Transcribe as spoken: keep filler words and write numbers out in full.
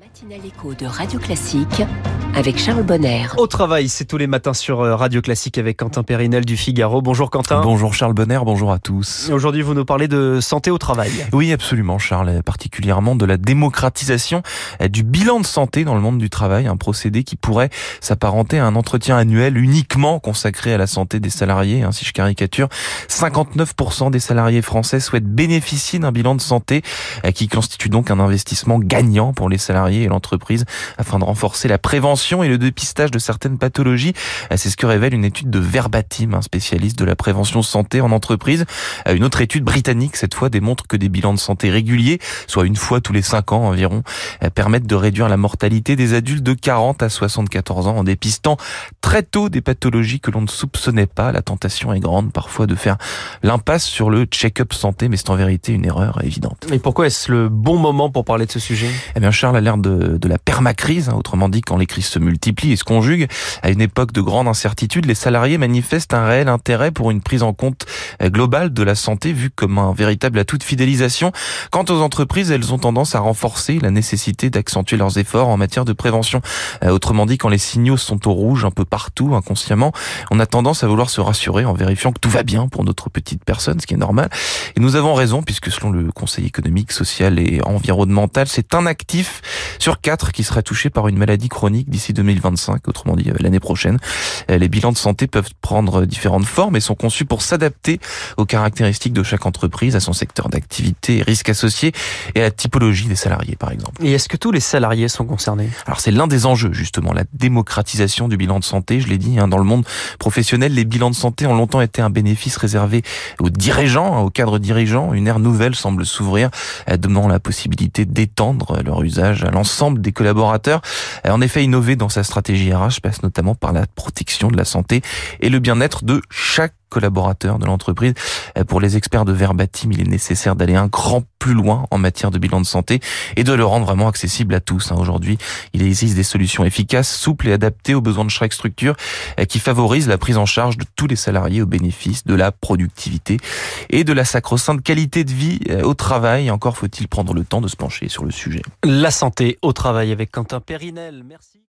Matinale Écho de Radio Classique avec Charles Bonner. Au travail, c'est tous les matins sur Radio Classique avec Quentin Périnel du Figaro. Bonjour Quentin. Bonjour Charles Bonner, bonjour à tous. Aujourd'hui, vous nous parlez de santé au travail. Oui, absolument Charles, particulièrement de la démocratisation du bilan de santé dans le monde du travail, un procédé qui pourrait s'apparenter à un entretien annuel uniquement consacré à la santé des salariés. Si je caricature, cinquante-neuf pour cent des salariés français souhaitent bénéficier d'un bilan de santé qui constitue donc un investissement gagnant pour les salariés et l'entreprise afin de renforcer la prévention et le dépistage de certaines pathologies. C'est ce que révèle une étude de Verbatim, un spécialiste de la prévention santé en entreprise. Une autre étude britannique, cette fois, démontre que des bilans de santé réguliers, soit une fois tous les cinq ans environ, permettent de réduire la mortalité des adultes de quarante à soixante-quatorze ans en dépistant très tôt des pathologies que l'on ne soupçonnait pas. La tentation est grande parfois de faire l'impasse sur le check-up santé, mais c'est en vérité une erreur évidente. Et pourquoi est-ce le bon moment pour parler de ce sujet ? Eh bien, Charles, à l'ère de, de la permacrise, hein, autrement dit quand les crises se multiplient et se conjuguent, à une époque de grande incertitude, les salariés manifestent un réel intérêt pour une prise en compte globale de la santé vue comme un véritable atout de fidélisation. Quant aux entreprises, elles ont tendance à renforcer la nécessité d'accentuer leurs efforts en matière de prévention. Euh, autrement dit, quand les signaux sont au rouge un peu partout, inconsciemment, on a tendance à vouloir se rassurer en vérifiant que tout va bien pour notre petite personne, ce qui est normal. Et nous avons raison, puisque selon le Conseil économique, social et environnemental, c'est un actif sur quatre qui sera touché par une maladie chronique d'ici deux mille vingt-cinq, autrement dit l'année prochaine. Les bilans de santé peuvent prendre différentes formes et sont conçus pour s'adapter aux caractéristiques de chaque entreprise, à son secteur d'activité, risques associés et à la typologie des salariés par exemple. Et est-ce que tous les salariés sont concernés ? Alors c'est l'un des enjeux justement, la démocratisation du bilan de santé, je l'ai dit, hein, dans le monde professionnel, les bilans de santé ont longtemps été un bénéfice réservé aux dirigeants, hein, aux cadres dirigeants. Une ère nouvelle semble s'ouvrir, donnant la possibilité d'étendre leur usage à l'ensemble des collaborateurs. En effet, innover dans sa stratégie R H passe notamment par la protection de la santé et le bien-être de chaque collaborateurs de l'entreprise. Pour les experts de Verbatim, il est nécessaire d'aller un cran plus loin en matière de bilan de santé et de le rendre vraiment accessible à tous. Aujourd'hui, il existe des solutions efficaces, souples et adaptées aux besoins de chaque structure qui favorisent la prise en charge de tous les salariés au bénéfice de la productivité et de la sacro-sainte qualité de vie au travail. Encore faut-il prendre le temps de se pencher sur le sujet. La santé au travail avec Quentin Périnel. Merci.